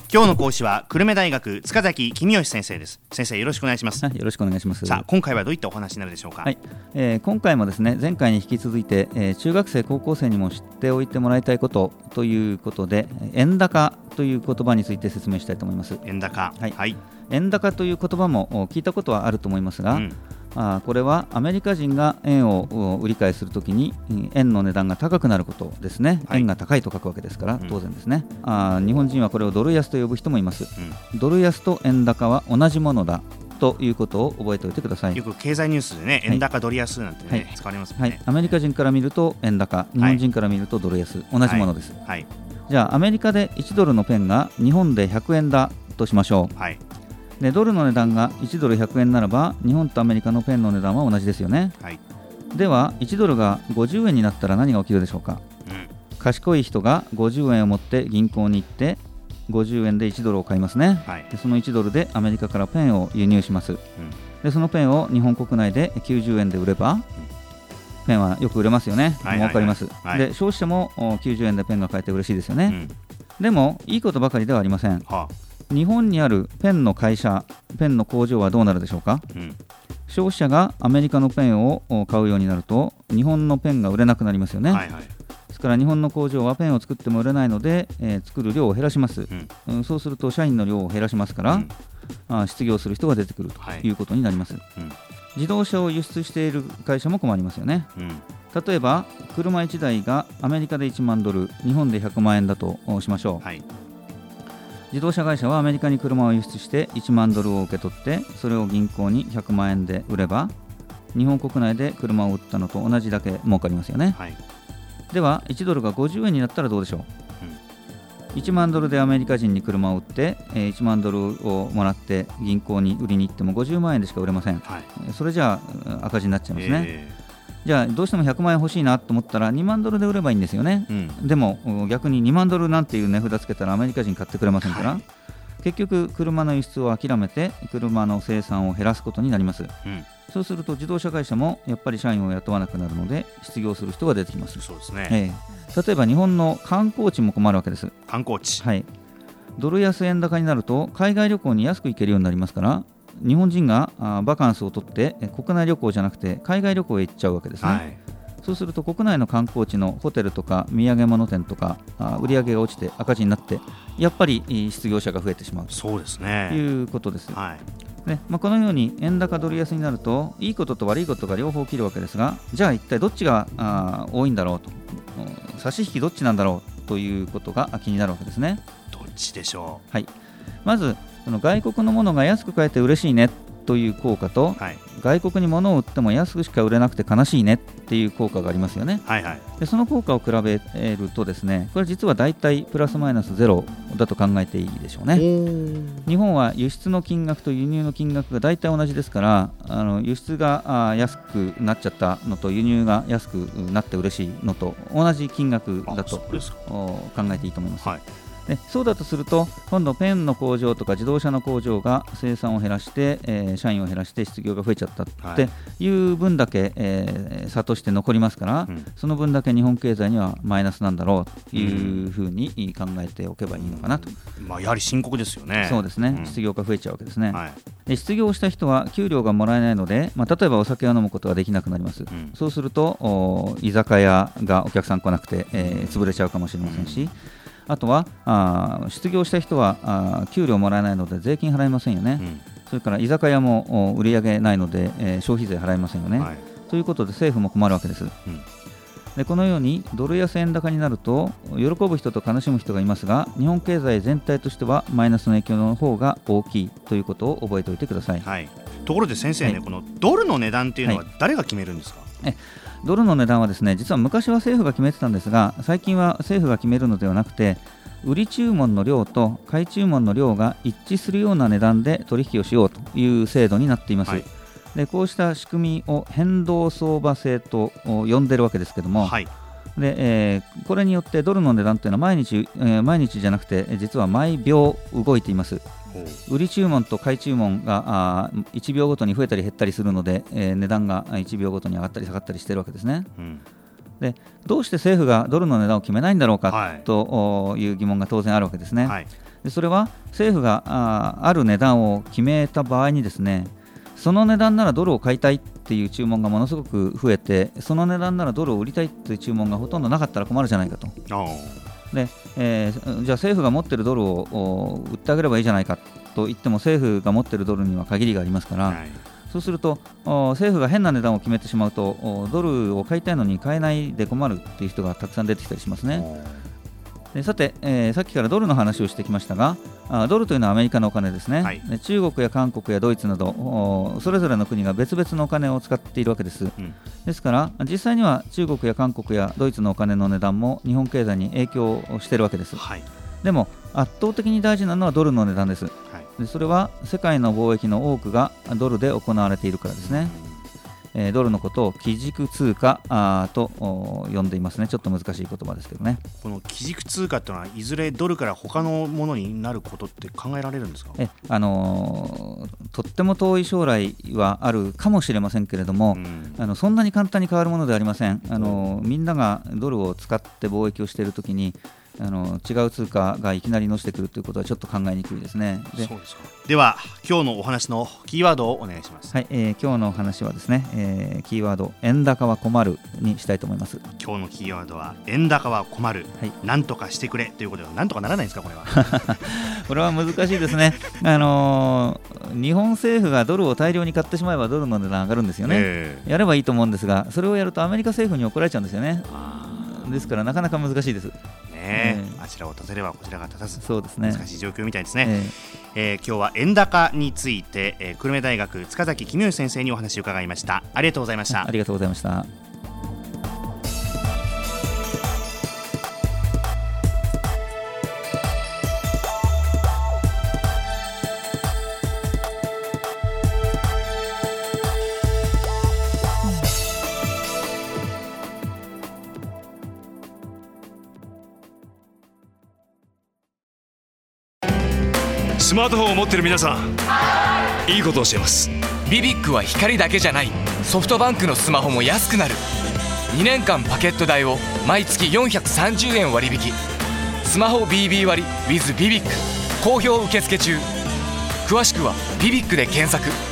今日の講師は久留米大学塚崎公義先生です。先生、よろしくお願いします。 よろしくお願いします。 さあ、今回はどういったお話になるでしょうか。 今回もですね、前回に引き続いて、中学生高校生にも知っておいてもらいたいことということで、円高という言葉について説明したいと思います。 円高、 円高という言葉も聞いたことはあると思いますが、これはアメリカ人が円を売り買いするときに円の値段が高くなることですね。円が高いと書くわけですから当然ですね。日本人はこれをドル安と呼ぶ人もいます。ドル安と円高は同じものだということを覚えておいてください。 よく経済ニュースでね、円高ドル安なんてね、使われますもんね。 アメリカ人から見ると円高、日本人から見るとドル安、同じものです。じゃあアメリカで1ドルのペンが日本で100円だとしましょう。でドルの値段が1ドル100円ならば日本とアメリカのペンの値段は同じですよね。では1ドルが50円になったら何が起きるでしょうか。賢い人が50円を持って銀行に行って50円で1ドルを買いますね。でその1ドルでアメリカからペンを輸入します。でそのペンを日本国内で90円で売れば、ペンはよく売れますよね。儲かります。で消費者も90円でペンが買えて嬉しいですよね。でもいいことばかりではありません。日本にあるペンの会社、ペンの工場はどうなるでしょうか。消費者がアメリカのペンを買うようになると日本のペンが売れなくなりますよね。ですから日本の工場はペンを作っても売れないので、作る量を減らします。そうすると社員の量を減らしますから、失業する人が出てくるということになります。自動車を輸出している会社も困りますよね。例えば車1台がアメリカで1万ドル、日本で100万円だとしましょう。自動車会社はアメリカに車を輸出して1万ドルを受け取ってそれを銀行に100万円で売れば日本国内で車を売ったのと同じだけ儲かりますよね。では1ドルが50円になったらどうでしょう。1万ドルでアメリカ人に車を売って1万ドルをもらって銀行に売りに行っても50万円でしか売れません。それじゃあ赤字になっちゃいますね。じゃあどうしても100万円欲しいなと思ったら2万ドルで売ればいいんですよね。でも逆に2万ドルなんていう値札つけたらアメリカ人買ってくれませんから、結局車の輸出を諦めて車の生産を減らすことになります。そうすると自動車会社もやっぱり社員を雇わなくなるので失業する人が出てきます。 そうですね。 例えば日本の観光地も困るわけです。 観光地、 ドル安円高になると海外旅行に安く行けるようになりますから日本人がバカンスを取って国内旅行じゃなくて海外旅行へ行っちゃうわけですね。そうすると国内の観光地のホテルとか土産物店とか売り上げが落ちて赤字になってやっぱり失業者が増えてしまうということです。このように円高ドル安になるといいことと悪いことが両方起きるわけですが、じゃあ一体どっちが多いんだろうと、差し引きどっちなんだろうということが気になるわけですね。 どっちでしょう。 まずその外国のものが安く買えて嬉しいねという効果と、外国に物を売っても安くしか売れなくて悲しいねっていう効果がありますよね。でその効果を比べるとですね、これ実はだいたいプラスマイナスゼロだと考えていいでしょうね。日本は輸出の金額と輸入の金額がだいたい同じですから、輸出が安くなっちゃったのと輸入が安くなって嬉しいのと同じ金額だと考えていいと思います。そうだとすると今度ペンの工場とか自動車の工場が生産を減らして、社員を減らして失業が増えちゃったっていう分だけ、差として残りますから、その分だけ日本経済にはマイナスなんだろうというふうに考えておけばいいのかなと。 やはり深刻ですよね。 そうですね、失業が増えちゃうわけですね。で失業した人は給料がもらえないので、例えばお酒を飲むことができなくなります。そうすると居酒屋がお客さん来なくて、潰れちゃうかもしれませんし、あとは失業した人は給料もらえないので税金払いませんよね。それから居酒屋も売り上げないので、消費税払いませんよね。ということで政府も困るわけです。でこのようにドル安円高になると喜ぶ人と悲しむ人がいますが、日本経済全体としてはマイナスの影響の方が大きいということを覚えておいてください。 ところで先生ね、このドルの値段っていうのは誰が決めるんですか。 ドルの値段はですね、実は昔は政府が決めてたんですが、最近は政府が決めるのではなくて売り注文の量と買い注文の量が一致するような値段で取引をしようという制度になっています。でこうした仕組みを変動相場制と呼んでるわけですけども、でこれによってドルの値段というのは毎日じゃなくて実は毎秒動いています。売り注文と買い注文が1秒ごとに増えたり減ったりするので、値段が1秒ごとに上がったり下がったりしているわけですね。 でどうして政府がドルの値段を決めないんだろうか、という疑問が当然あるわけですね。でそれは政府がある値段を決めた場合にですね、その値段ならドルを買いたいっていう注文がものすごく増えて、その値段ならドルを売りたいっていう注文がほとんどなかったら困るじゃないかと。でじゃあ政府が持っているドルを売ってあげればいいじゃないかと言っても、政府が持っているドルには限りがありますから、そうすると政府が変な値段を決めてしまうと、ドルを買いたいのに買えないで困るっていう人がたくさん出てきたりしますね。でさて、さっきからドルの話をしてきましたが、ドルというのはアメリカのお金ですね。で中国や韓国やドイツなどそれぞれの国が別々のお金を使っているわけです。ですから実際には中国や韓国やドイツのお金の値段も日本経済に影響しているわけです。でも圧倒的に大事なのはドルの値段です。でそれは世界の貿易の多くがドルで行われているからですね。ドルのことを基軸通貨と呼んでいますね。ちょっと難しい言葉ですけどね。 この基軸通貨というのはいずれドルから他のものになることって考えられるんですか？ とっても遠い将来はあるかもしれませんけれども、そんなに簡単に変わるものではありません。みんながドルを使って貿易をしているときに違う通貨がいきなり乗せてくるということはちょっと考えにくいですね。 そうですか。では今日のお話のキーワードをお願いします。 はい、今日のお話はですね、キーワード円高は困るにしたいと思います。 今日のキーワードは円高は困る、なんとかしてくれということで、なんとかならないんですかこれは？ これは難しいですね。日本政府がドルを大量に買ってしまえばドルの値段上がるんですよね。やればいいと思うんですが、それをやるとアメリカ政府に怒られちゃうんですよね。ですからなかなか難しいです。 あちらを立てればこちらが立たず、 そうですね、 難しい状況みたいですね。今日は円高について、久留米大学塚崎公義先生にお話を伺いました。ありがとうございました。 ありがとうございました。 スマートフォンを持っている皆さん、いいことを教えます。 ビビックは光だけじゃない。ソフトバンクのスマホも安くなる。2年間パケット代を毎月430円割引。スマホ BB 割 with ビビック好評受付中。詳しくはビビックで検索。